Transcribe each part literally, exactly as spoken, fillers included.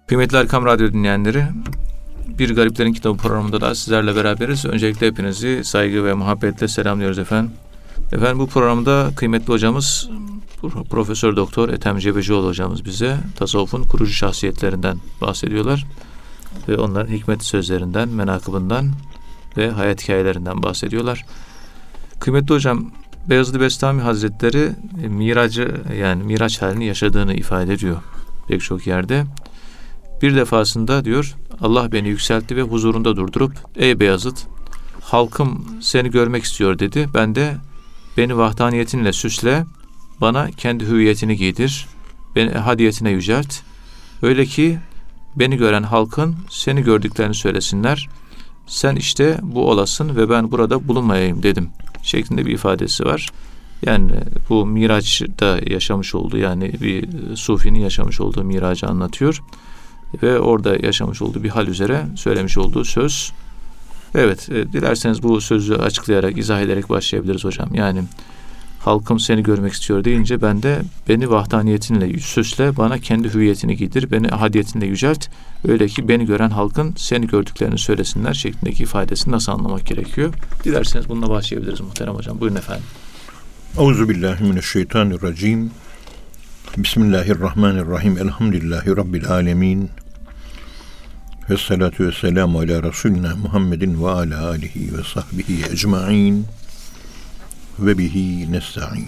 Kıymetli Erkam Radyo dinleyenleri, Bir Gariplerin Kitabı programında da sizlerle beraberiz. Öncelikle hepinizi saygı ve muhabbetle selamlıyoruz efendim. Efendim bu programda kıymetli hocamız Profesör Doktor Ethem Cebecioğlu hocamız bize tasavvufun kurucu şahsiyetlerinden bahsediyorlar. Ve onların hikmet sözlerinden, menakıbından ve hayat hikayelerinden bahsediyorlar. Kıymetli hocam, Beyazıt Bestami Hazretleri miracı yani miraç halini yaşadığını ifade ediyor pek çok yerde. Bir defasında diyor, Allah beni yükseltti ve huzurunda durdurup, ey Beyazıt, halkım seni görmek istiyor dedi. Ben de beni vahdaniyetinle süsle, bana kendi hüviyetini giydir, beni hadiyetine yücelt. Öyle ki beni gören halkın seni gördüklerini söylesinler. Sen işte bu olasın ve ben burada bulunmayayım dedim şeklinde bir ifadesi var. Yani bu Miraç'ta yaşamış olduğu, yani bir sufinin yaşamış olduğu miracı anlatıyor. Ve orada yaşamış olduğu bir hal üzere söylemiş olduğu söz. Evet, e, dilerseniz bu sözü açıklayarak, izah ederek başlayabiliriz hocam. Yani halkım seni görmek istiyor deyince ben de beni vahdaniyetinle süsle, bana kendi hüviyetini giydir, beni ahadiyetinle yücelt. Öyle ki beni gören halkın seni gördüklerini söylesinler şeklindeki ifadesini nasıl anlamak gerekiyor? Dilerseniz bununla başlayabiliriz muhterem hocam. Buyurun efendim. Euzubillahimineşşeytanirracim. Bismillahirrahmanirrahim. Elhamdülillahi Rabbil alemin. Ve salatu ve selamu ala Resulina Muhammedin ve ala alihi ve sahbihi ecma'in ve bihi nesta'in.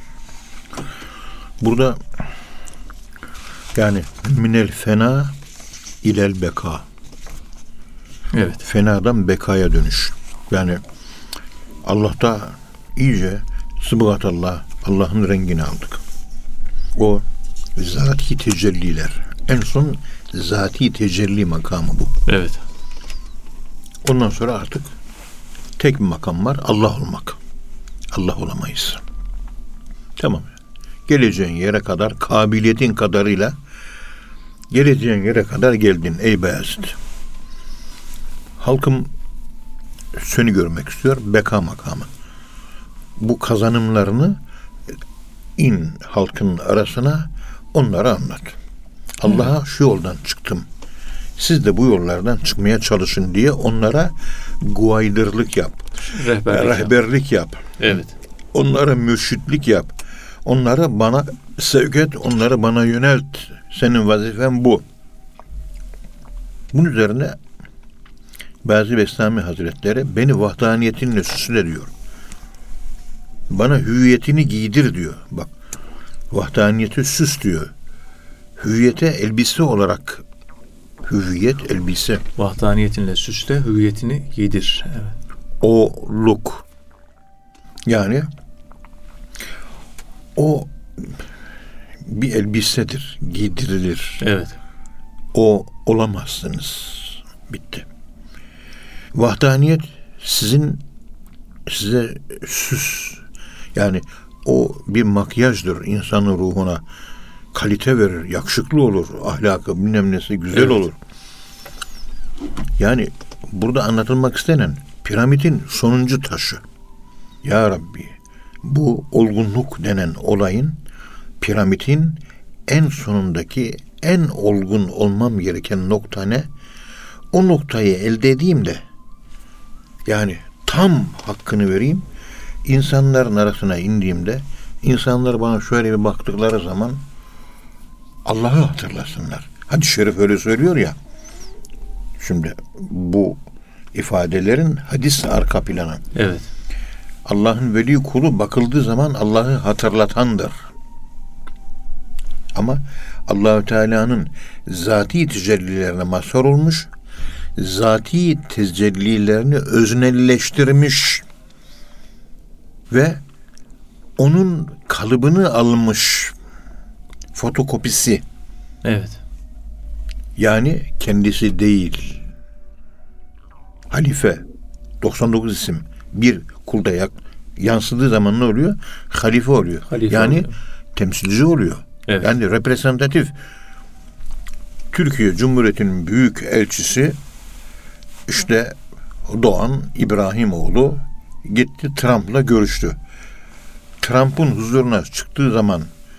Burada yani minel fena ilel beka. Evet. Fenadan bekaya dönüş. Yani Allah'ta iyice sıbgatallah, Allah'ın rengini aldık. O zati tecelliler. En son zati tecelli makamı bu. Evet. Ondan sonra artık tek bir makam var. Allah olmak. Allah olamayız. Tamam. Geleceğin yere kadar, kabiliyetin kadarıyla geleceğin yere kadar geldin ey Beyazıt. Halkım seni görmek istiyor. Beka makamı. Bu kazanımlarını in halkın arasına, onlara anlat. Allah'a şu yoldan çıktım, siz de bu yollardan çıkmaya çalışın diye onlara guaydırlık yap. Rehberlik, rehberlik yap. yap. Evet. Onlara mürşitlik yap. Onlara bana sevk et, onları bana yönelt. Senin vazifen bu. Bunun üzerine Beyazıt Bestami Hazretleri beni vahdaniyetinle süsle diyor. Bana hüviyetini giydir diyor. Bak, vahdaniyeti süs diyor. Hüviyete elbise olarak, hüviyet elbise. Vahdaniyetinle süsle, hüviyetini giydir. Evet. O look. Yani o bir elbisedir, giydirilir. Evet. O olamazsınız. Bitti. Vahdaniyet sizin size süs, yani o bir makyajdır, insanın ruhuna kalite verir, yakışıklı olur, ahlakı bilmem nesi güzel evet. olur. Yani burada anlatılmak istenen piramidin sonuncu taşı. Ya Rabbi, bu olgunluk denen olayın piramidin en sonundaki en olgun olmam gereken nokta ne? O noktayı elde edeyim de yani tam hakkını vereyim. İnsanların arasına indiğimde insanlar bana şöyle bir baktıkları zaman Allah'ı hatırlasınlar. Hadis-i şerif öyle söylüyor ya. Şimdi bu ifadelerin hadis arka planı. Evet. Allah'ın veli kulu bakıldığı zaman Allah'ı hatırlatandır. Ama Allahü Teala'nın zati tecellilerine mazhar olmuş, zati tecellilerini öznelleştirmiş ve onun kalıbını almış fotokopisi. Evet. Yani kendisi değil. Halife doksan dokuz isim bir kulda yak, yansıdığı zaman ne oluyor? Halife oluyor. Halife yani oluyor. Temsilci oluyor. Evet. Yani reprezentatif. Türkiye Cumhuriyeti'nin büyük elçisi işte Doğan İbrahimoğlu gitti Trump'la görüştü. Trump'ın huzuruna çıktığı zaman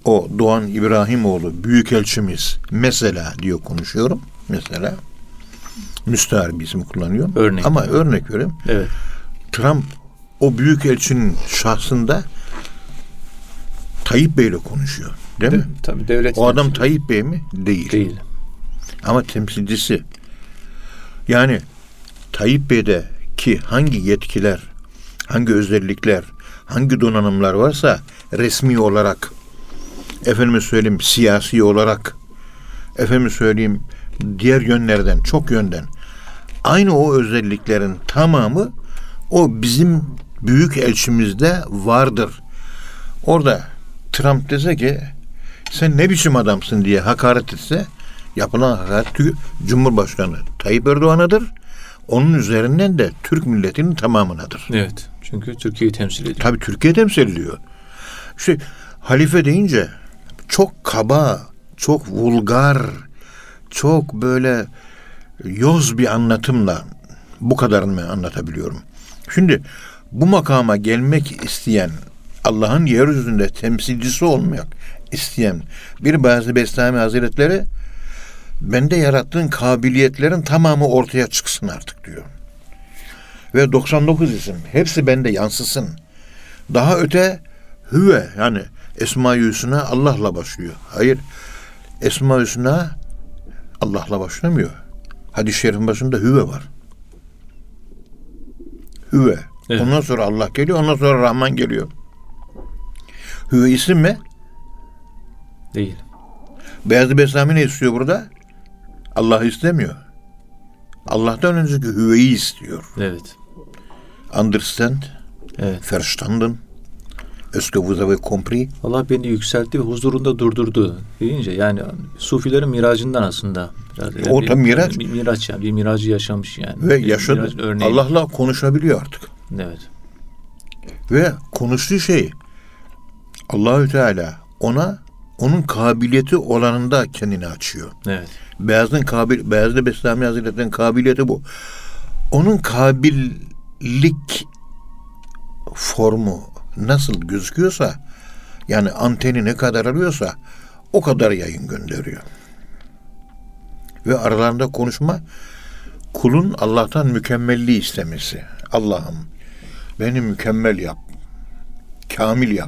o Doğan İbrahimoğlu büyükelçimiz mesela diyor konuşuyorum. Mesela müstahar bir isim kullanıyorum. Örnek. Ama örnek veriyorum. Evet. Trump o büyükelçinin şahsında Tayyip Bey'le konuşuyor. Değil De, mi? Tabii devlet. O adam Tayyip Bey mi? Değil. Değil. Ama temsilcisi. Yani Tayyip Bey'de ki hangi yetkiler, hangi özellikler, hangi donanımlar varsa resmi olarak, efendime söyleyeyim siyasi olarak, efendime söyleyeyim diğer yönlerden, çok yönden aynı o özelliklerin tamamı o bizim büyük elçimizde vardır. Orada Trump dese ki sen ne biçim adamsın diye hakaret etse yapılan hakaret Cumhurbaşkanı Tayyip Erdoğan'adır. Onun üzerinden de Türk milletinin tamamınadır. Evet. Çünkü Türkiye'yi temsil ediyor. Tabii Türkiye temsil ediyor. İşte halife deyince çok kaba, çok vulgar, çok böyle yoz bir anlatımla bu kadarını anlatabiliyorum. Şimdi bu makama gelmek isteyen, Allah'ın yeryüzünde temsilcisi olmak isteyen bir Bazı Bestami Hazretleri, bende yarattığın kabiliyetlerin tamamı ortaya çıksın artık diyor. Ve doksan dokuz isim hepsi bende yansısın. Daha öte hüve, yani Esma-i Hüsna Allah'la başlıyor. Hayır, Esma-i Hüsna Allah'la başlamıyor. Hadis-i şerifin başında hüve var. Hüve. Evet. Ondan sonra Allah geliyor, ondan sonra Rahman geliyor. Hüve isim mi? Değil. Beyaz-ı Bestami ne istiyor burada? Allah'ı istemiyor. Allah'tan önceki hüveyi istiyor. Evet. Understand? Evet. Verstanden? Est-ce que vous avez compris? Allah beni yükseltti ve huzurunda durdurdu deyince, yani Sufilerin miracından aslında. Biraz o bir, da miraç. Bir miraç yani. Bir miracı yaşamış yani. Ve yaşadı. Allah'la konuşabiliyor artık. Evet. Ve konuştuğu şey Allahü Teala ona onun kabiliyeti olanında kendini açıyor. Evet. Beyaz'ın kabil, Beyaz'da Bestami Hazretleri'nin kabiliyeti bu. Onun kabillik formu nasıl gözüküyorsa, yani anteni ne kadar arıyorsa o kadar yayın gönderiyor. Ve aralarında konuşma, kulun Allah'tan mükemmelliği istemesi. Allah'ım beni mükemmel yap, kamil yap,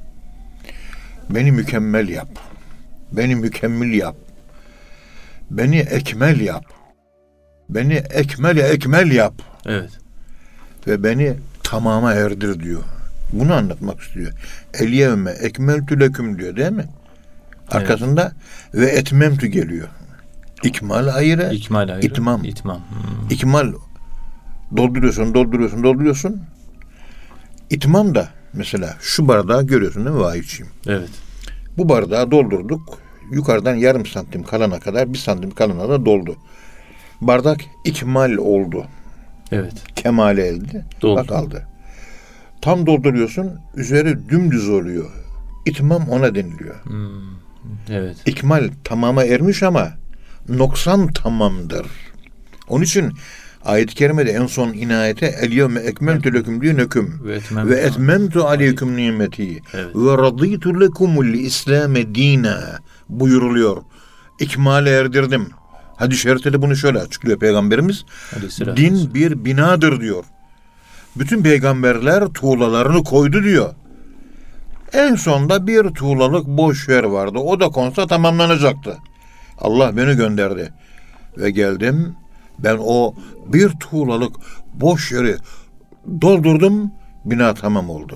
beni mükemmel yap, beni mükemmel yap, beni ekmel yap, beni ekmele ekmel yap. Evet. Ve beni tamama erdir diyor. Bunu anlatmak istiyor. El yevme ekmeltü leküm diyor, değil mi? Arkasında evet. Ve etmemtü geliyor. İkmal ayrı. İkmal ayrı. İtmam. İtmam. Hmm. İkmal dolduruyorsun, dolduruyorsun, dolduruyorsun. İtmam da mesela şu bardağı görüyorsun değil mi vahiyçiyim? Evet. Bu bardağı doldurduk. Yukarıdan yarım santim kalana kadar bir santim kalana da doldu. Bardak ikmal oldu. Evet. Kemale elde. Doldu. Bak aldı. Tam dolduruyorsun, üzeri dümdüz oluyor. İtmam ona deniliyor. Hmm. Evet. İkmal tamama ermiş ama noksan tamamdır. Onun için ayet-i kerimede en son inayete el yevme ekmeltü leküm diyor neküm ve etmemtu aleyküm nimeti ve radîtu lekumul İslâme dîne buyuruluyor. İkmale erdirdim. Hadis-i şerifte de bunu şöyle açıklıyor Peygamberimiz. Din bir binadır diyor. Bütün peygamberler tuğlalarını koydu diyor. En sonda bir tuğlalık boş yer vardı. O da konsa tamamlanacaktı. Allah beni gönderdi. Ve geldim. Ben o bir tuğlalık boş yeri doldurdum. Bina tamam oldu.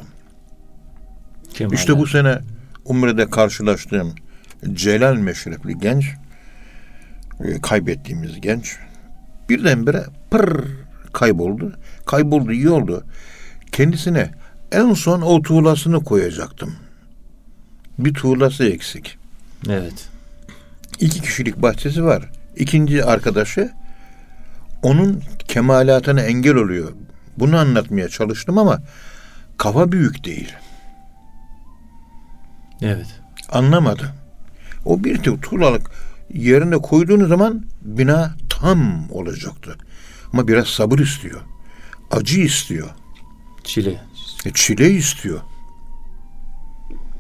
Kemal işte bu sene Umre'de karşılaştığım Celal meşrepli genç, kaybettiğimiz genç birdenbire pır kayboldu. Kayboldu, iyi oldu. Kendisine en son o tuğlasını koyacaktım. Bir tuğlası eksik. Evet. İki kişilik bahçesi var. İkinci arkadaşı onun kemalatına engel oluyor. Bunu anlatmaya çalıştım ama kafa büyük değil. Evet. Anlamadı. O bir tuğlalık yerine koyduğunuz zaman bina tam olacaktı. Ama biraz sabır istiyor. Acı istiyor. Çile. E, çile istiyor.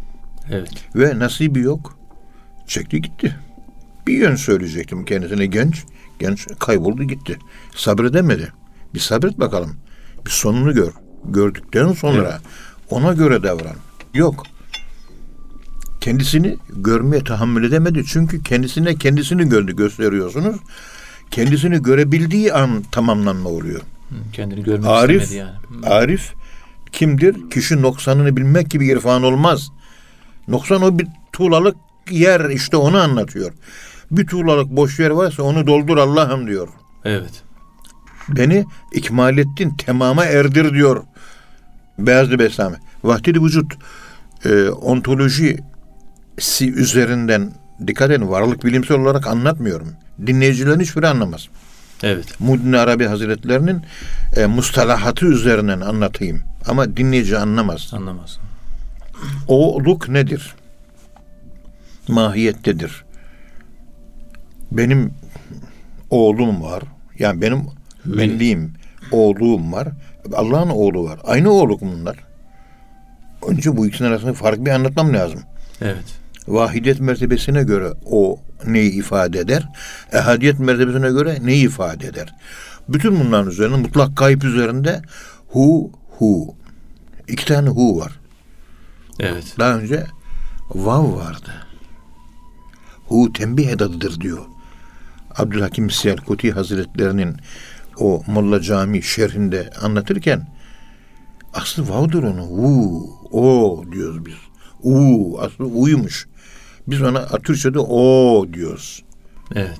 Evet. Ve nasibi yok. Çekti gitti. Bir yön söyleyecektim kendisine, genç. Genç kayboldu gitti. Sabredemedi. Bir sabret bakalım. Bir sonunu gör. Gördükten sonra evet. ona göre davran. Yok. Kendisini görmeye tahammül edemedi. Çünkü kendisine kendisini gördü, gösteriyorsunuz. Kendisini görebildiği an tamamlanma oluyor. Kendini görmek Arif, istemedi yani. Arif kimdir? Kişi noksanını bilmek gibi irfan olmaz. Noksan o bir tuğlalık yer, işte onu anlatıyor. Bir tuğlalık boş yer varsa onu doldur Allah'ım diyor. Evet. Beni ikmal ettin, tamama erdir diyor Beyazlı Bestami. Vahdid-i vücut e, ontolojisi üzerinden dikkat edin, varlık bilimsel olarak anlatmıyorum. Dinleyicilerin hiçbiri anlamaz. Evet. Muhyiddin Arabi Hazretlerinin e, mustalahatı üzerinden anlatayım. Ama dinleyici anlamaz. Anlamaz. Oğluk nedir? Mahiyettedir. Benim oğlum var. Yani benim benliğim, oğlum var. Allah'ın oğlu var. Aynı oğluk bunlar. Önce bu ikisinin arasında fark bir anlatmam lazım. Evet. Vahidiyet mertebesine göre o neyi ifade eder? Ehadiyet mertebesine göre neyi ifade eder? Bütün bunların üzerinde, mutlak gayb üzerinde hu hu. İki tane hu var. Evet. Daha önce vav vardı. Hu tembih edadıdır diyor. Abdülhakim Siyalkuti Hazretlerinin o Molla Cami şerhinde anlatırken aslı vav'dır onu. U, o diyoruz biz. U, aslı uymuş. Biz ona Türkçe'de o diyoruz. Evet.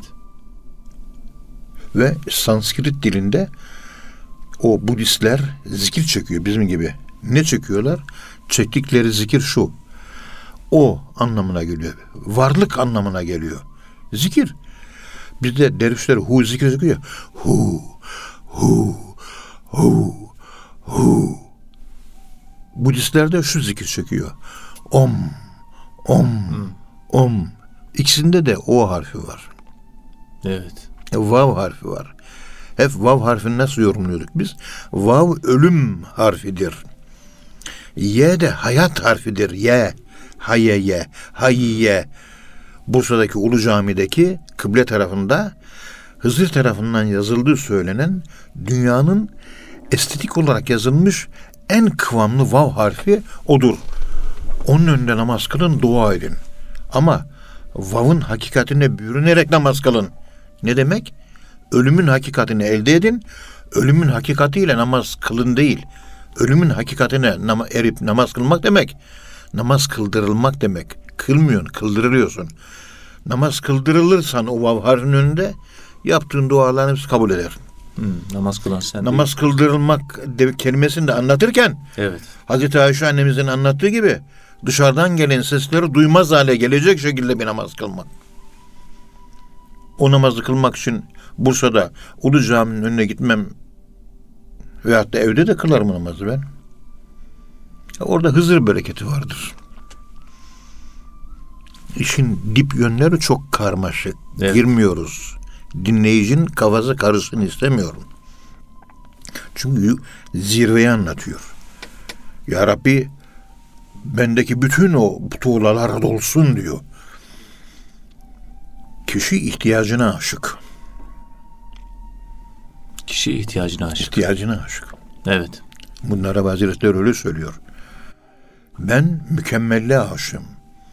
Ve Sanskrit dilinde o Budistler zikir çekiyor bizim gibi. Ne çekiyorlar? Çektikleri zikir şu. O anlamına geliyor. Varlık anlamına geliyor. Zikir. Bizde dervişler hu zikir çekiyor. Hu, hu, hu, hu. Budistler de şu zikir çekiyor. Om, om, hmm. om. İkisinde de o harfi var. Evet. Vav harfi var. Hep vav harfini nasıl yorumluyorduk biz? Vav ölüm harfidir. Ye de hayat harfidir. Ye, hayye, hayye. Bursa'daki Ulu Cami'deki kıble tarafında Hızır tarafından yazıldığı söylenen dünyanın estetik olarak yazılmış en kıvamlı vav harfi odur. Onun önünde namaz kılın, dua edin. Ama vav'ın hakikatine bürünerek namaz kılın. Ne demek? Ölümün hakikatini elde edin. Ölümün hakikatiyle namaz kılın değil. Ölümün hakikatine nam- erip namaz kılmak demek. Namaz kıldırılmak demek. Kılmıyorsun, kıldırılıyorsun. Namaz kıldırılırsan o vav harfinin önünde yaptığın duaların hepsi kabul eder. Hmm, namaz kılan sen Namaz değil. kıldırılmak de, kelimesini de anlatırken evet. Hazreti Ayşe annemizin anlattığı gibi dışarıdan gelen sesleri duymaz hale gelecek şekilde bir namaz kılmak. O namazı kılmak için Bursa'da Ulu Cami'nin önüne gitmem veyahut da evde de kılarım namazı ben. Orada Hızır bereketi vardır. İşin dip yönleri çok karmaşık. Evet. Girmiyoruz. Dinleyicinin kafası karışsın istemiyorum. Çünkü zirveyi anlatıyor. Ya Rabbi bendeki bütün o tuğlalar dolsun diyor. Kişi ihtiyacına aşık. Kişi ihtiyacına aşık. İhtiyacına aşık. Evet. Bunlara Hazretleri öyle söylüyor. Ben mükemmelle aşığım.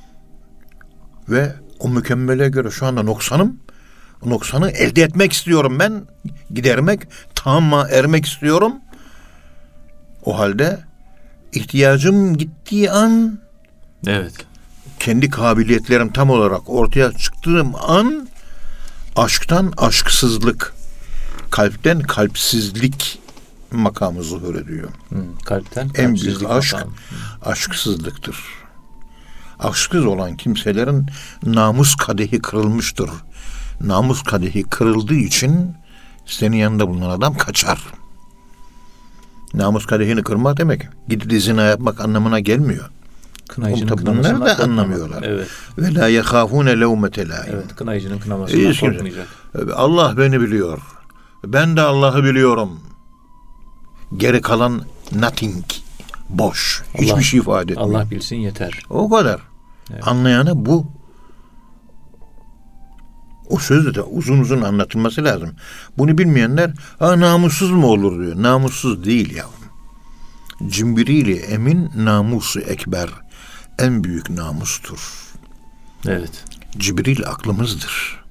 Ve o mükemmele göre şu anda noksanım. O noksanı elde etmek istiyorum ben. Gidermek, tamama ermek istiyorum. O halde ihtiyacım gittiği an, evet, kendi kabiliyetlerim tam olarak ortaya çıktığım an aşktan aşksızlık, kalpten kalpsizlik makamı zuhur ediyor. Hmm, kalpten en büyük aşk makamı. aşksızlıktır. Aşksız olan kimselerin namus kadehi kırılmıştır. Namus kadehi kırıldığı için senin yanında bulunan adam kaçar. Namus kadehini kırmak demek gidip zina yapmak anlamına gelmiyor. Kınayıcının bunlar da anlamıyorlar. Evet. Ve la yehafune levmete laim. Evet, kınayıcının kınamasından korkmayacak. Allah beni biliyor. Ben de Allah'ı biliyorum. Geri kalan nothing. Boş. Allah, hiçbir şey ifade etmiyor. Allah bilsin yeter. O kadar. Evet. Anlayana bu. O sözde de uzun uzun anlatılması lazım. Bunu bilmeyenler ha namussuz mu olur diyor. Namussuz değil yavrum. Cimbiriyle emin namusu ekber. En büyük namustur. Evet. Cibril aklımızdır.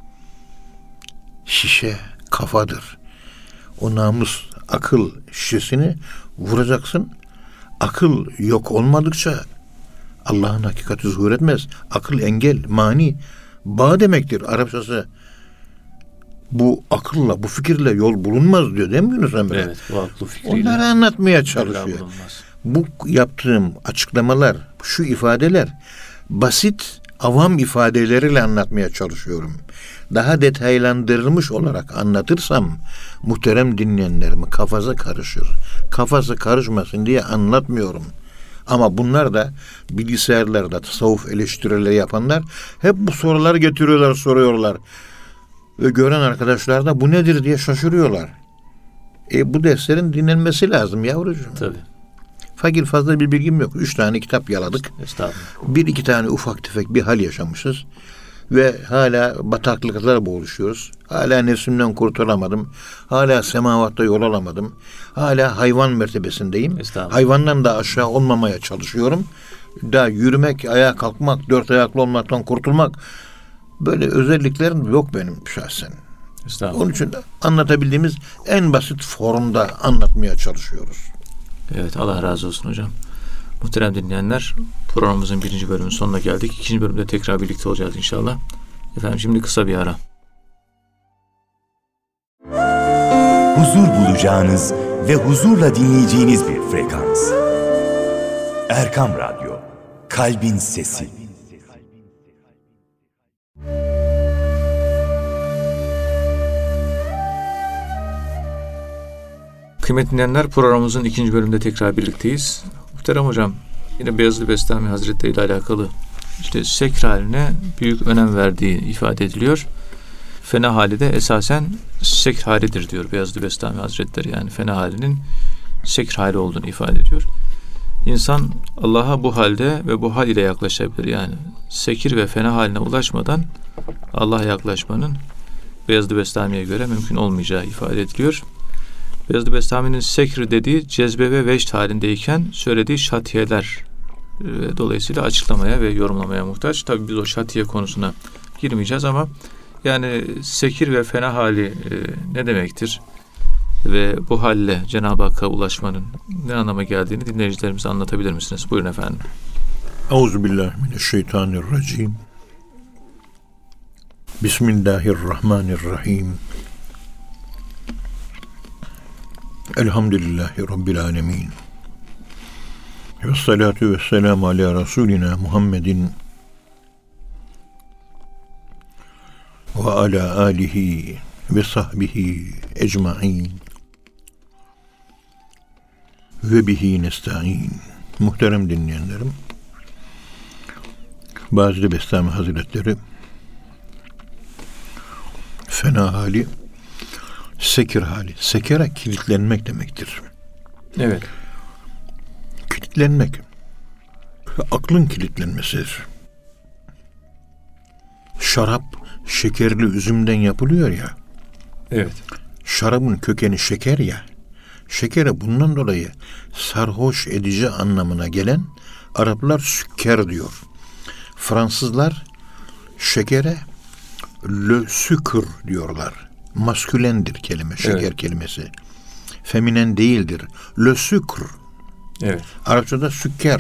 Şişe kafadır. O namus akıl şişesini vuracaksın. Akıl yok olmadıkça Allah'ın hakikati zuhur etmez. Akıl engel, mani, bağ demektir Arapçası. Bu akılla, bu fikirle yol bulunmaz diyor değil mi Yunus Emre? Evet, bu aklı fikriyle. Onları anlatmaya çalışıyor. Bu yaptığım açıklamalar, şu ifadeler basit, avam ifadeleriyle anlatmaya çalışıyorum. Daha detaylandırılmış olarak anlatırsam muhterem dinleyenlerimi kafası karışır. Kafası karışmasın diye anlatmıyorum. Ama bunlar da bilgisayarlarda tasavvuf eleştirileri yapanlar hep bu soruları getiriyorlar, soruyorlar. Ve gören arkadaşlar da bu nedir diye şaşırıyorlar. E bu derslerin dinlenmesi lazım yavrucuğum. Tabii. Fakir fazla bir bilgim yok. Üç tane kitap yaladık. Estağfurullah. Bir iki tane ufak tefek bir hal yaşamışız. Ve hala bataklıklara boğuşuyoruz. Hala nefsimden kurtulamadım. Hala semavatta yol alamadım. Hala hayvan mertebesindeyim. Hayvandan da aşağı olmamaya çalışıyorum. Daha yürümek, ayağa kalkmak, dört ayaklı olmaktan kurtulmak, böyle özelliklerim yok benim şahsen. Onun için de anlatabildiğimiz en basit formda anlatmaya çalışıyoruz. Evet, Allah razı olsun hocam. Muhterem dinleyenler, programımızın birinci bölümünün sonuna geldik. İkinci bölümde tekrar birlikte olacağız inşallah. Efendim şimdi kısa bir ara. Huzur bulacağınız ve huzurla dinleyeceğiniz bir frekans. Erkam Radyo, Kalbin Sesi. Kıymetli dinleyenler, programımızın ikinci bölümünde tekrar birlikteyiz. Muhterem hocam, yine Beyazıt Bestami Hazretleri ile alakalı işte sekr haline büyük önem verdiği ifade ediliyor. Fena hali de esasen sekr halidir diyor Beyazıt Bestami Hazretleri. Yani fena halinin sekr hali olduğunu ifade ediyor. İnsan Allah'a bu halde ve bu hal ile yaklaşabilir. Yani sekir ve fena haline ulaşmadan Allah'a yaklaşmanın Beyazıt Bestami'ye göre mümkün olmayacağı ifade ediliyor. Beyazıt Bestami'nin sekr dediği cezbe ve vecd halindeyken söylediği şatiyeler e, dolayısıyla açıklamaya ve yorumlamaya muhtaç. Tabii biz o şatiye konusuna girmeyeceğiz ama yani sekir ve fena hali e, ne demektir? Ve bu halle Cenab-ı Hakk'a ulaşmanın ne anlama geldiğini dinleyicilerimize anlatabilir misiniz? Buyurun efendim. Euzubillahimineşşeytanirracim. Bismillahirrahmanirrahim. Elhamdülillahi Rabbil alemin. Ve salatu ve selamu ala Resulina Muhammedin ve ala alihi ve sahbihi ecmain ve bihi nesta'in. Muhterem dinleyenlerim, Beyazıt Bestami Hazretleri fena hali, sekir hali. Sekere kilitlenmek demektir. Evet. Kilitlenmek. Aklın kilitlenmesidir. Şarap şekerli üzümden yapılıyor ya. Evet. Şarabın kökeni şeker ya. Şekere bundan dolayı sarhoş edici anlamına gelen Araplar sükker diyor. Fransızlar şekere le sucre diyorlar. Maskülendir kelime, şeker evet. kelimesi. Feminen değildir. Le sucre. Evet. Arapçada sükker.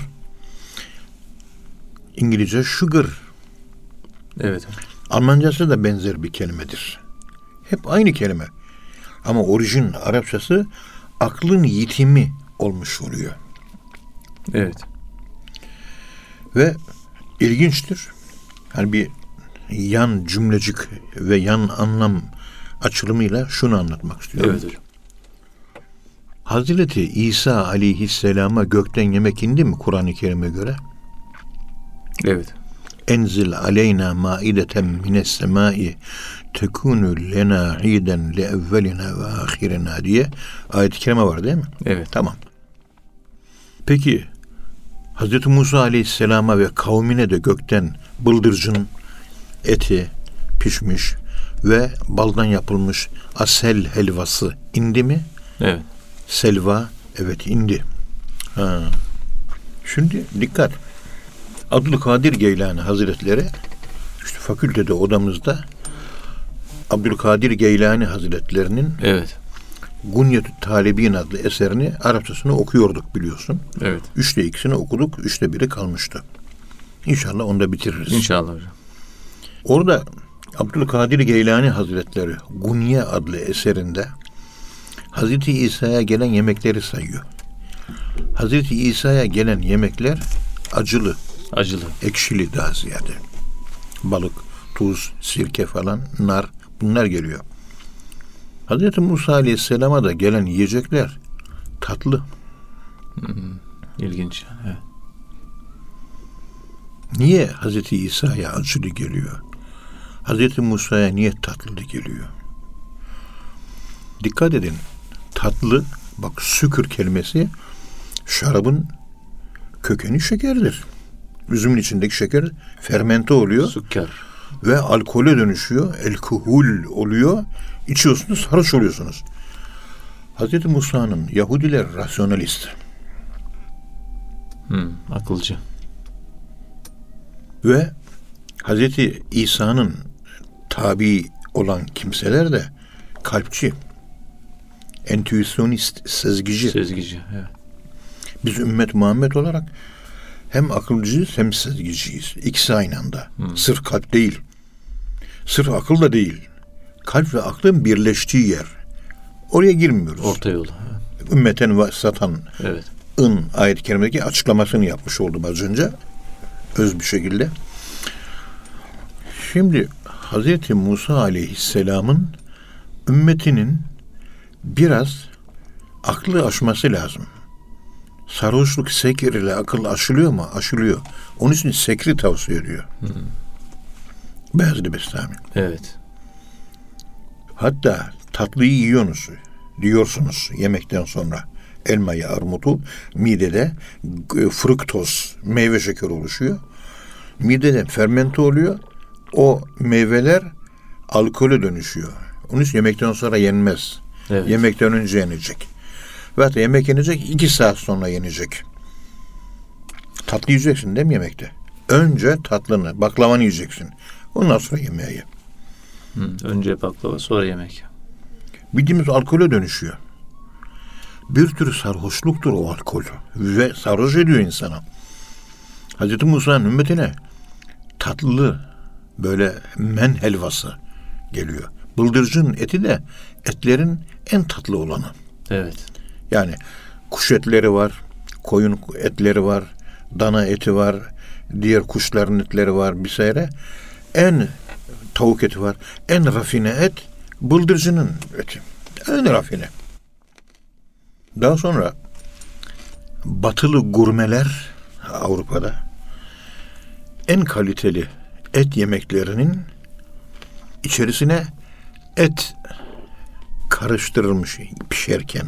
İngilizce sugar. Evet. Almancası da benzer bir kelimedir. Hep aynı kelime. Ama orijin Arapçası aklın yitimi olmuş oluyor. Evet. Ve ilginçtir. Hani bir yan cümlecik ve yan anlam açılımıyla şunu anlatmak istiyorum. Evet hocam. Hazreti İsa aleyhisselama gökten yemek indi mi Kur'an-ı Kerim'e göre? Evet. Enzil aleyna maideten mines semai tekunu lena iden le evvelina ve ahirina diye ayet-i kerime var değil mi? Evet. Tamam. Peki Hazreti Musa Aleyhisselam'a ve kavmine de gökten bıldırcın eti pişmiş ve baldan yapılmış asel helvası indi mi? Evet. Selva, evet, indi. Ha. Şimdi dikkat. Abdülkadir Geylani Hazretleri, işte fakültede odamızda Abdülkadir Geylani Hazretlerinin Evet. Gunyetü Talibin adlı eserini Arapçasını okuyorduk biliyorsun. Evet. Üçte ikisini okuduk, üçte biri kalmıştı. İnşallah onu da bitiririz. İnşallah hocam. Orada Abdülkadir Geylani Hazretleri Gunye adlı eserinde Hazreti İsa'ya gelen yemekleri sayıyor. Hazreti İsa'ya gelen yemekler acılı, Acılı. ekşili daha ziyade. Balık, tuz, sirke falan, nar, bunlar geliyor. Hazreti Musa Aleyhisselam'a da gelen yiyecekler tatlı. İlginç. Evet. Niye Hazreti İsa'ya acılı geliyor? Hazreti Musa'ya niye tatlı geliyor? Dikkat edin. Tatlı, bak sükür kelimesi şarabın kökeni şekerdir. Üzümün içindeki şeker fermente oluyor. Sükker. Ve alkole dönüşüyor. Alkohol oluyor. İçiyorsunuz, sarhoş oluyorsunuz. Hazreti Musa'nın Yahudiler rasyonalist. Hmm, akılcı. Ve Hazreti İsa'nın tabi olan kimseler de kalpçi, entüisyonist, sezgici. Sezgici. Evet. Biz ümmet Muhammed olarak hem akılcıyız hem sezgiciyiz. İkisi aynı anda. Hmm. Sırf kalp değil. Sırf akıl da değil. Kalp ve aklın birleştiği yer. Oraya girmiyoruz. Orta yol. Evet. Ümmeten vasatan Evet. ın ayet-i kerimedeki açıklamasını yapmış oldum az önce. Öz bir şekilde. Şimdi Hazreti Musa Aleyhisselam'ın ümmetinin biraz aklı aşması lazım. Sarhoşluk sekir ile akıl aşılıyor mu? Aşılıyor. Onun için sekri tavsiye ediyor. Hmm. Beyazlı Bestami. Evet. Hatta tatlıyı yiyorsunuz, diyorsunuz yemekten sonra. Elmayı, armutu, midede fruktoz, meyve şekeri oluşuyor. Midede fermente oluyor. O meyveler alkole dönüşüyor. Onun için yemekten sonra yenmez. Evet. Yemekten önce yenecek. Ve hatta yemek yenecek, iki saat sonra yenecek. Tatlı yiyeceksin değil mi yemekte? Önce tatlını, baklavanı yiyeceksin. Ondan sonra yemeği ye. Hı, önce baklava, sonra yemek. Bildiğimiz alkole dönüşüyor. Bir tür sarhoşluktur o alkol. Ve sarhoş ediyor insana. Hazreti Musa'nın ümmetine tatlı, böyle men helvası geliyor. Bıldırcın eti de etlerin en tatlı olanı. Evet. Yani kuş etleri var, koyun etleri var, dana eti var, diğer kuşların etleri var vesaire. En tavuk eti var. En rafine et bıldırcının eti. En rafine. Daha sonra batılı gurmeler Avrupa'da en kaliteli et yemeklerinin içerisine et karıştırılmış pişerken,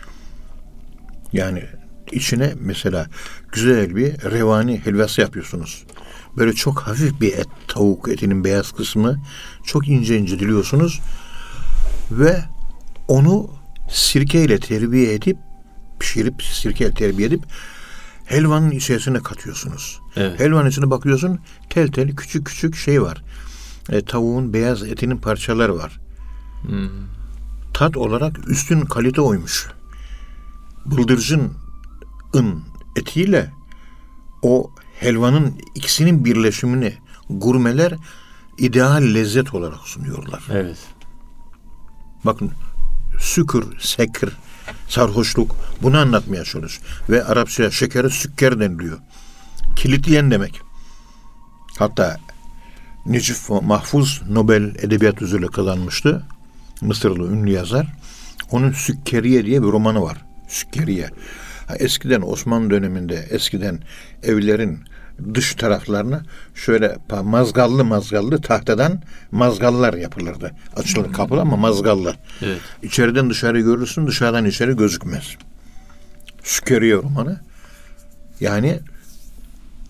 yani içine mesela güzel bir revani helvası yapıyorsunuz. Böyle çok hafif bir et, tavuk etinin beyaz kısmı çok ince ince diliyorsunuz ve onu sirkeyle terbiye edip pişirip sirkeyle terbiye edip helvanın içerisine katıyorsunuz. Evet. Helvanın içine bakıyorsun, tel tel küçük küçük şey var. E, tavuğun beyaz etinin parçaları var. Hmm. Tat olarak üstün kalite oymuş. Bıldırcın ın etiyle o helvanın ikisinin birleşimini gurmeler ideal lezzet olarak sunuyorlar. Evet. Bakın sükür, sekir, sarhoşluk bunu anlatmaya çalışıyor. Ve Arapça şekere sükker deniliyor. Kilitleyen demek. Hatta Necip Mahfuz Nobel Edebiyat Ödülü kazanmıştı. Mısırlı ünlü yazar. Onun Sükkeriye diye bir romanı var. Sükkeriye. Ha, eskiden Osmanlı döneminde eskiden evlerin dış taraflarına şöyle mazgallı mazgallı tahtadan mazgallar yapılırdı. Açılır kapılar ama mazgallı. Evet. İçeriden dışarı görürsün, dışarıdan içeri gözükmez. Sükkeriye romanı. Yani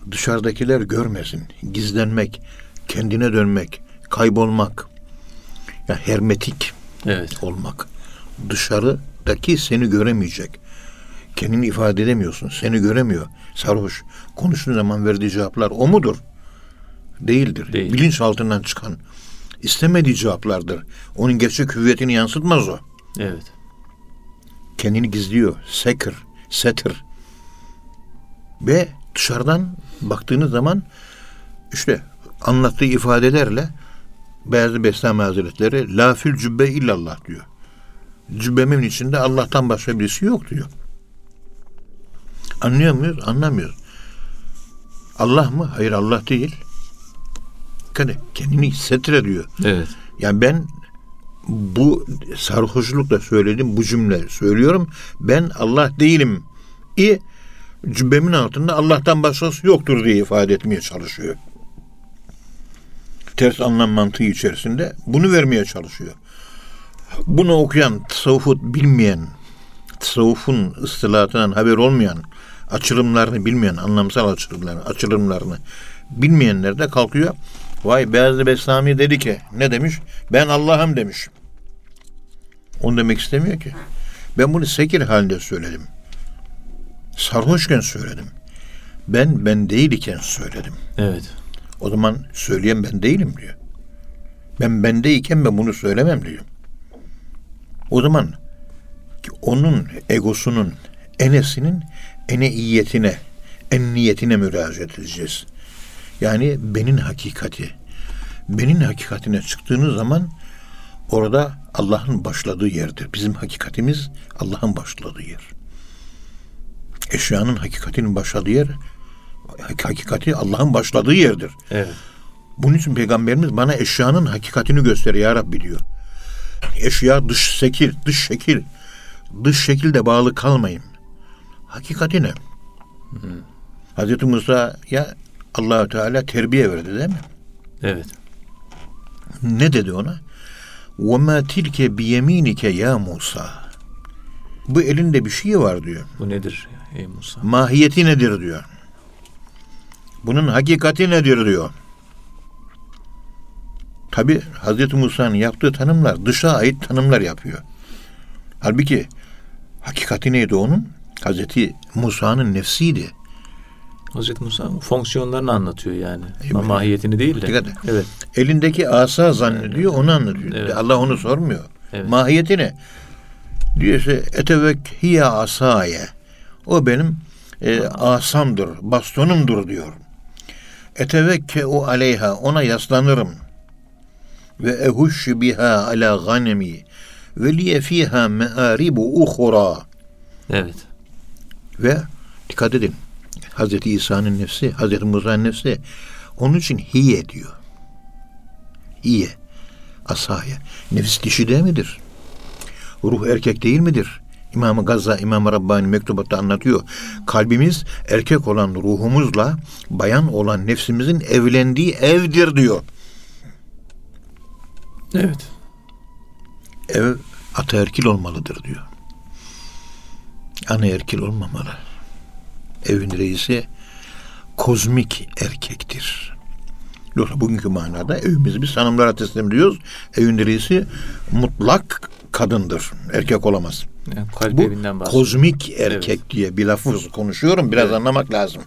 dışarıdakiler görmesin. Gizlenmek, kendine dönmek, kaybolmak. Ya hermetik Evet. olmak. Dışarıdaki seni göremeyecek. Kendini ifade edemiyorsun. Seni göremiyor. Sarhoş. Konuştuğun zaman verdiği cevaplar o mudur? Değildir. Değil. Bilinçaltından çıkan istemediği cevaplardır. Onun gerçek hüviyetini yansıtmaz o. Evet. Kendini gizliyor. Sekir, setir. Ve dışarıdan baktığınız zaman işte anlattığı ifadelerle Beyazıt Bestami Hazretleri la fil cübbe illallah diyor. Cübbemin içinde Allah'tan başka birisi yok diyor. Anlıyor muyuz? Anlamıyoruz. Allah mı? Hayır, Allah değil. Kendini setir diyor. Evet. Yani ben bu sarhoşlukla söyledim bu cümle söylüyorum. Ben Allah değilim. İ cübbemin altında Allah'tan başkası yoktur diye ifade etmeye çalışıyor. Ters anlam mantığı içerisinde bunu vermeye çalışıyor. Bunu okuyan, tasavvufu bilmeyen, tasavvufun ıstilahatından haber olmayan, açılımlarını bilmeyen, anlamsal açılımlarını, açılımlarını bilmeyenler de kalkıyor. Vay Beyazıt Bestami dedi ki, ne demiş? Ben Allah'ım demiş. Onu demek istemiyor ki. Ben bunu sekir halinde söyledim. Sarhoşken söyledim. Ben ben değil iken söyledim. Evet. O zaman söyleyen ben değilim diyor. Ben bendeyken ben bunu söylemem diyor. O zaman onun egosunun, enesinin eneiyetine, enniyetine müracaat edeceğiz. Yani benim hakikati. Benim hakikatine çıktığınız zaman orada Allah'ın başladığı yerdir. Bizim hakikatimiz Allah'ın başladığı yer. Eşyanın hakikatinin başladığı yer, hakikati Allah'ın başladığı yerdir. Evet. Bunun için Peygamberimiz bana eşyanın hakikatini göster ya Rabbi diyor. Eşya dış şekil, dış şekil, dış şekilde bağlı kalmayın. Hakikati ne? Hmm. Hazreti Musa'ya Allah-u Teala terbiye verdi değil mi? Evet. Ne dedi ona? وَمَا تِلْكَ بِيَم۪ينِكَ ya Musa. Bu elinde bir şey var diyor. Bu nedir ey Musa? Mahiyeti nedir diyor. Bunun hakikati nedir diyor. Tabi Hazreti Musa'nın yaptığı tanımlar dışa ait tanımlar yapıyor. Halbuki hakikati neydi onun? Hazreti Musa'nın nefsiydi. Hazreti Musa fonksiyonlarını anlatıyor yani. Evet. Ama mahiyetini değil de. Dikkat. Evet. Elindeki asa zannediyor, onu anlatıyor. Evet. Allah onu sormuyor. Evet. Mahiyeti ne? Diyor işte etevekhiye asaye. O benim e, asamdır, bastonumdur diyor. Etevekkeu aleyha, ona yaslanırım. Ve ehuşşu biha ala ganemi ve liye fiha me'aribu ukhra. Evet. Ve dikkat edin. Hazreti İsa'nın nefsi, Hazreti Musa'nın nefsi. Onun için hiye diyor. Hiye. Asaya. Nefis dişi değil midir? Ruh erkek değil midir? İmam-ı Gazza, İmam-ı Rabbani mektubatta anlatıyor. Kalbimiz erkek olan ruhumuzla bayan olan nefsimizin evlendiği evdir diyor. Evet. Ev ataerkil olmalıdır diyor. Anaerkil olmamalı. Evin reisi kozmik erkektir. Yoksa bugünkü manada evimizi biz hanımlara teslim ediyoruz. Evin reisi mutlak kadındır. Erkek olamaz. Yani kalp Bu evinden bahsediyor. kozmik erkek Evet. diye bir lafız konuşuyorum. Biraz Evet. anlamak lazım.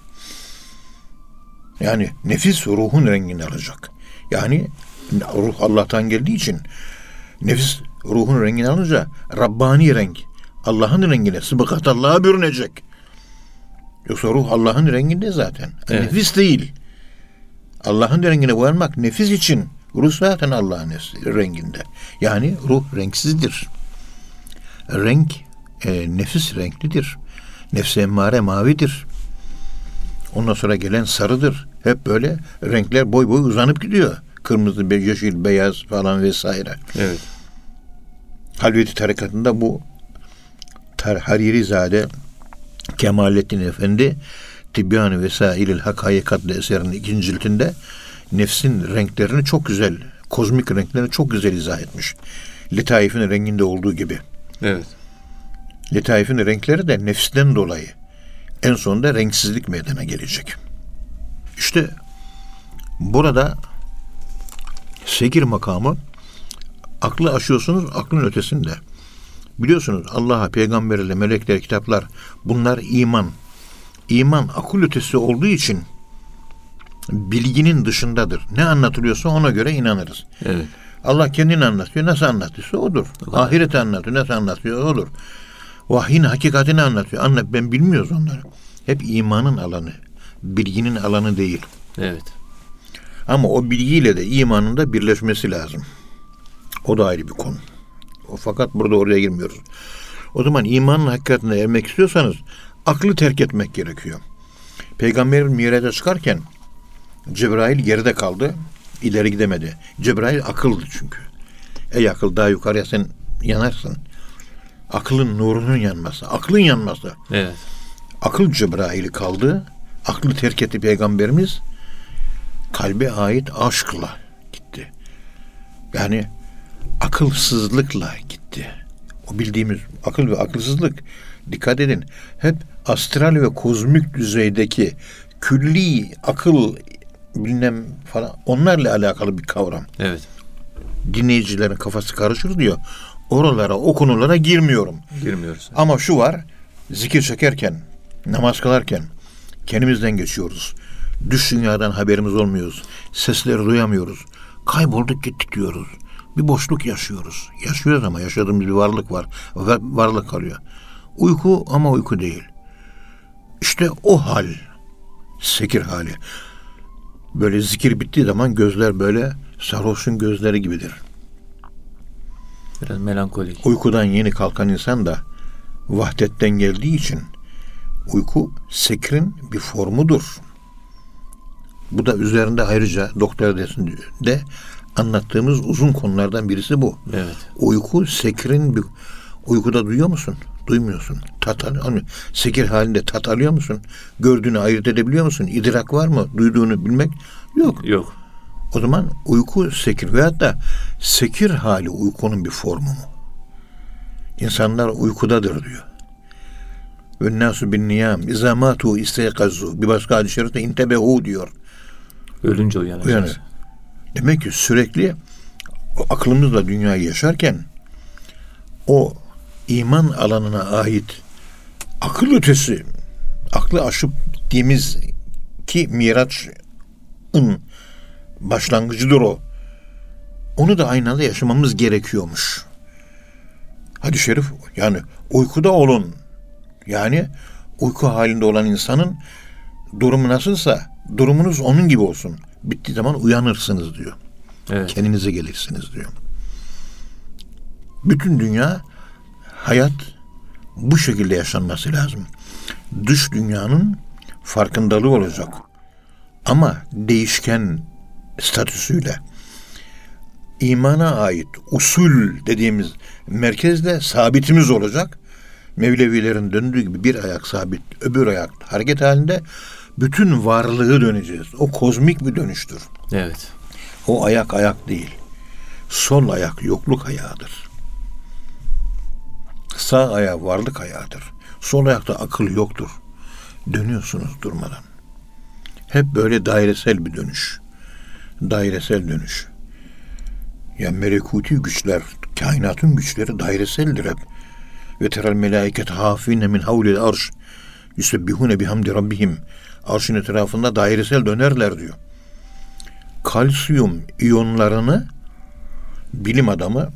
Yani nefis ruhun rengini alacak. Yani ruh Allah'tan geldiği için nefis ruhun rengini alınca Rabbani renk, Allah'ın rengine, sıbıkat Allah'a bürünecek. Yoksa ruh Allah'ın renginde zaten. Evet. Nefis değil. Allah'ın rengine boyanmak nefis için. Ruh zaten Allah'ın renginde. Yani ruh renksizdir. Renk e, nefis renklidir. Nefs-i emmare mavidir. Ondan sonra gelen sarıdır. Hep böyle renkler boy boy uzanıp gidiyor. Kırmızı, yeşil, beyaz falan vesaire. Evet. Halveti tarikatında bu Haririzade Kemalettin Efendi Tibyan-ı Vesailil Hakaik adlı eserinin ikinci ciltinde nefsin renklerini çok güzel, kozmik renklerini çok güzel izah etmiş. Letaif'in renginde olduğu gibi. Evet. Letaif'in renkleri de nefsten dolayı en sonunda renksizlik meydana gelecek. İşte burada sekir makamı, aklı aşıyorsunuz, aklın ötesinde. Biliyorsunuz Allah'a, peygamberle, melekler, kitaplar, bunlar iman. İman akıl ötesi olduğu için bilginin dışındadır. Ne anlatılıyorsa ona göre inanırız. Evet. Allah kendini anlatıyor. Nasıl anlatıyorsa odur. Ahireti anlatıyor. Nasıl anlatıyor odur. Vahyin hakikatini anlatıyor. Anlat, ben bilmiyoruz onları. Hep imanın alanı. Bilginin alanı değil. Evet. Ama o bilgiyle de imanın da birleşmesi lazım. O da ayrı bir konu. O, fakat burada oraya girmiyoruz. O zaman imanın hakikatine ermek istiyorsanız aklı terk etmek gerekiyor. Peygamber Miraç'a çıkarken Cebrail geride kaldı. İleri gidemedi. Cebrail akıldı çünkü. Ey akıl, daha yukarıya sen yanarsın. Aklın nurunun yanması. Aklın yanması. Evet. Akıl Cebrail'i kaldı. Aklı terk etti Peygamberimiz. Kalbe ait aşkla gitti. Yani akılsızlıkla gitti. O bildiğimiz akıl ve akılsızlık, dikkat edin, hep astral ve kozmik düzeydeki külli akıl bilmem falan, onlarla alakalı bir kavram. Evet. Dinleyicilerin kafası karışır diyor. Oralara, o konulara girmiyorum. Girmiyoruz. Ama şu var, zikir çekerken, namaz kılarken kendimizden geçiyoruz. Düş dünyadan haberimiz olmuyoruz. Sesleri duyamıyoruz. Kaybolduk gittik diyoruz. Bir boşluk yaşıyoruz. Yaşıyoruz ama yaşadığımız bir varlık var. Var, varlık kalıyor. Uyku ama uyku değil. İşte o hal. Sekir hali. Böyle zikir bittiği zaman gözler böyle sarhoşun gözleri gibidir. Biraz melankolik. Uykudan yeni kalkan insan da vahdetten geldiği için uyku sekrin bir formudur. Bu da üzerinde ayrıca doktor dersinde anlattığımız uzun konulardan birisi bu. Evet. Uyku sekrin bir, uykuda duyuyor musun? Duymuyorsun. Tat alıyor. Sekir halinde tat alıyor musun? Gördüğünü ayırt edebiliyor musun? İdrak var mı? Duyduğunu bilmek yok. Yok. O zaman uyku sekir veyahut da sekir hali uykunun bir formu mu? İnsanlar uykudadır diyor. Ve nasu bin niyam izâ mâtu isteykazu. Bir başka hadis-i şerifte intebehu diyor. Ölünce uyanacağız. Uyanır. Demek ki sürekli o aklımızla dünyayı yaşarken o iman alanına ait akıl ötesi, aklı aşıp gittiğimiz ki Miraç'ın başlangıcıdır o. Onu da aynı anda yaşamamız gerekiyormuş. Hadis-i şerif, yani uykuda olun. Yani uyku halinde olan insanın durumu nasılsa durumunuz onun gibi olsun. Bittiği zaman uyanırsınız diyor. Evet. Kendinize gelirsiniz diyor. Bütün dünya, hayat bu şekilde yaşanması lazım. Dış dünyanın farkındalığı olacak. Ama değişken statüsüyle. İmana ait usul dediğimiz merkezde sabitimiz olacak. Mevlevilerin döndüğü gibi bir ayak sabit, öbür ayak hareket halinde bütün varlığı döneceğiz. O kozmik bir dönüştür. Evet. O ayak ayak değil. Sol ayak yokluk ayağıdır. Sağ ayak varlık ayağıdır. Sol ayakta akıl yoktur. Dönüyorsunuz durmadan. Hep böyle dairesel bir dönüş. Dairesel dönüş. Ya melekuti güçler, kainatın güçleri daireseldir hep. Ve terel melaiket hafine min havlil arş yusebbihune bihamdi rabbihim. Arşın etrafında dairesel dönerler diyor. Kalsiyum iyonlarını bilim adamı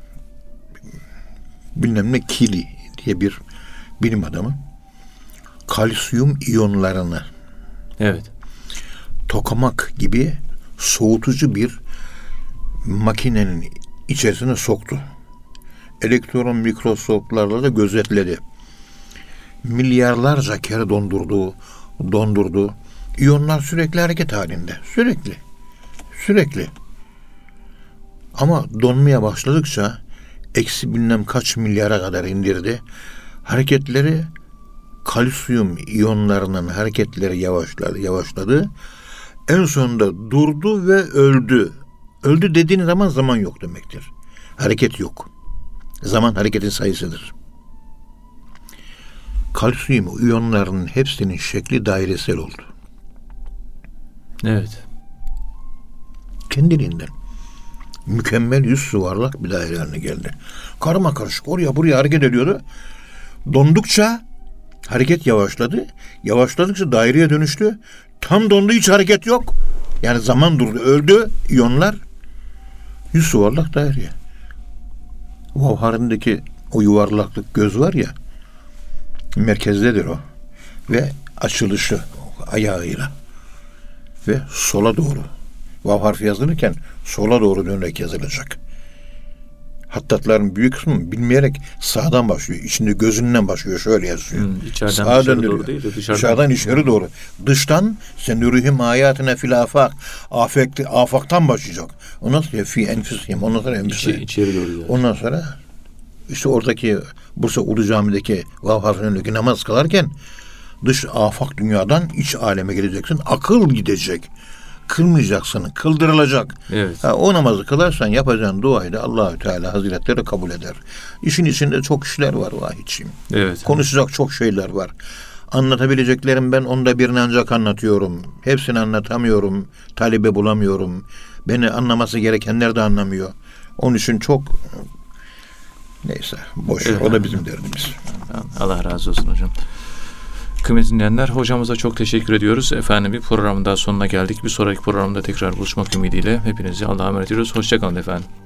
bilmem ne Kili diye bir bilim adamı kalsiyum iyonlarını Evet. tokamak gibi soğutucu bir makinenin içerisine soktu. Elektron mikroskoplarla da gözetledi. Milyarlarca kere dondurdu, dondurdu. İyonlar sürekli hareket halinde. Sürekli. Sürekli. Ama donmaya başladıkça eksi bilmem kaç milyara kadar indirdi. Hareketleri, kalsiyum iyonlarının hareketleri yavaşladı, yavaşladı. En sonunda durdu ve öldü. Öldü dediğin zaman zaman yok demektir. Hareket yok. Zaman hareketin sayısıdır. Kalsiyum iyonlarının hepsinin şekli dairesel oldu. Evet. Kendiliğinden. Mükemmel yüz yuvarlak bir daire haline geldi. Karma karışık oraya buraya hareket ediyordu. Dondukça hareket yavaşladı. Yavaşladıkça daireye dönüştü. Tam dondu, hiç hareket yok. Yani zaman durdu. Öldü iyonlar. Yüz yuvarlak daireye. O harindeki o yuvarlaklık göz var ya, merkezdedir o. Ve açılışı ayağıyla. Ve sola doğru. Vav harfi yazılırken sola doğru dönerek yazılacak. Hattatların büyük kısmı bilmeyerek sağdan başlıyor. İçinde gözünden başlıyor. Şöyle yazıyor. Hmm, içeriden Sağa dışarı döndürüyor. doğru değil de dışarıdan. Dışarıdan içeri doğru. Dıştan sen nurihim hayatına fil afak. Afekti, afaktan başlayacak. Ondan sonra fi enfusihim. Ondan sonra İçi, enfusihim. içeri doğru yani. Ondan sonra işte oradaki Bursa Ulu Cami'deki vav harfinin önündeki namaz kılarken dış afak dünyadan iç aleme geleceksin. Akıl gidecek. Kılmayacaksın. Kıldırılacak. Evet. Ha, o namazı kılarsan yapacağın duayı da Allahü Teala Hazretleri kabul eder. İşin içinde çok işler var vahidciğim. Evet. Konuşacak çok şeyler var. Anlatabileceklerim ben onda birini ancak anlatıyorum. Hepsini anlatamıyorum. Talibe bulamıyorum. Beni anlaması gerekenler de anlamıyor. Onun için çok neyse boş. Evet. O da bizim derdimiz. Allah razı olsun hocam. Kıymetli dinleyenler, hocamıza çok teşekkür ediyoruz. Efendim bir programın daha sonuna geldik. Bir sonraki programda tekrar buluşmak ümidiyle hepinizi Allah'a emanet ediyoruz. Hoşça kalın efendim.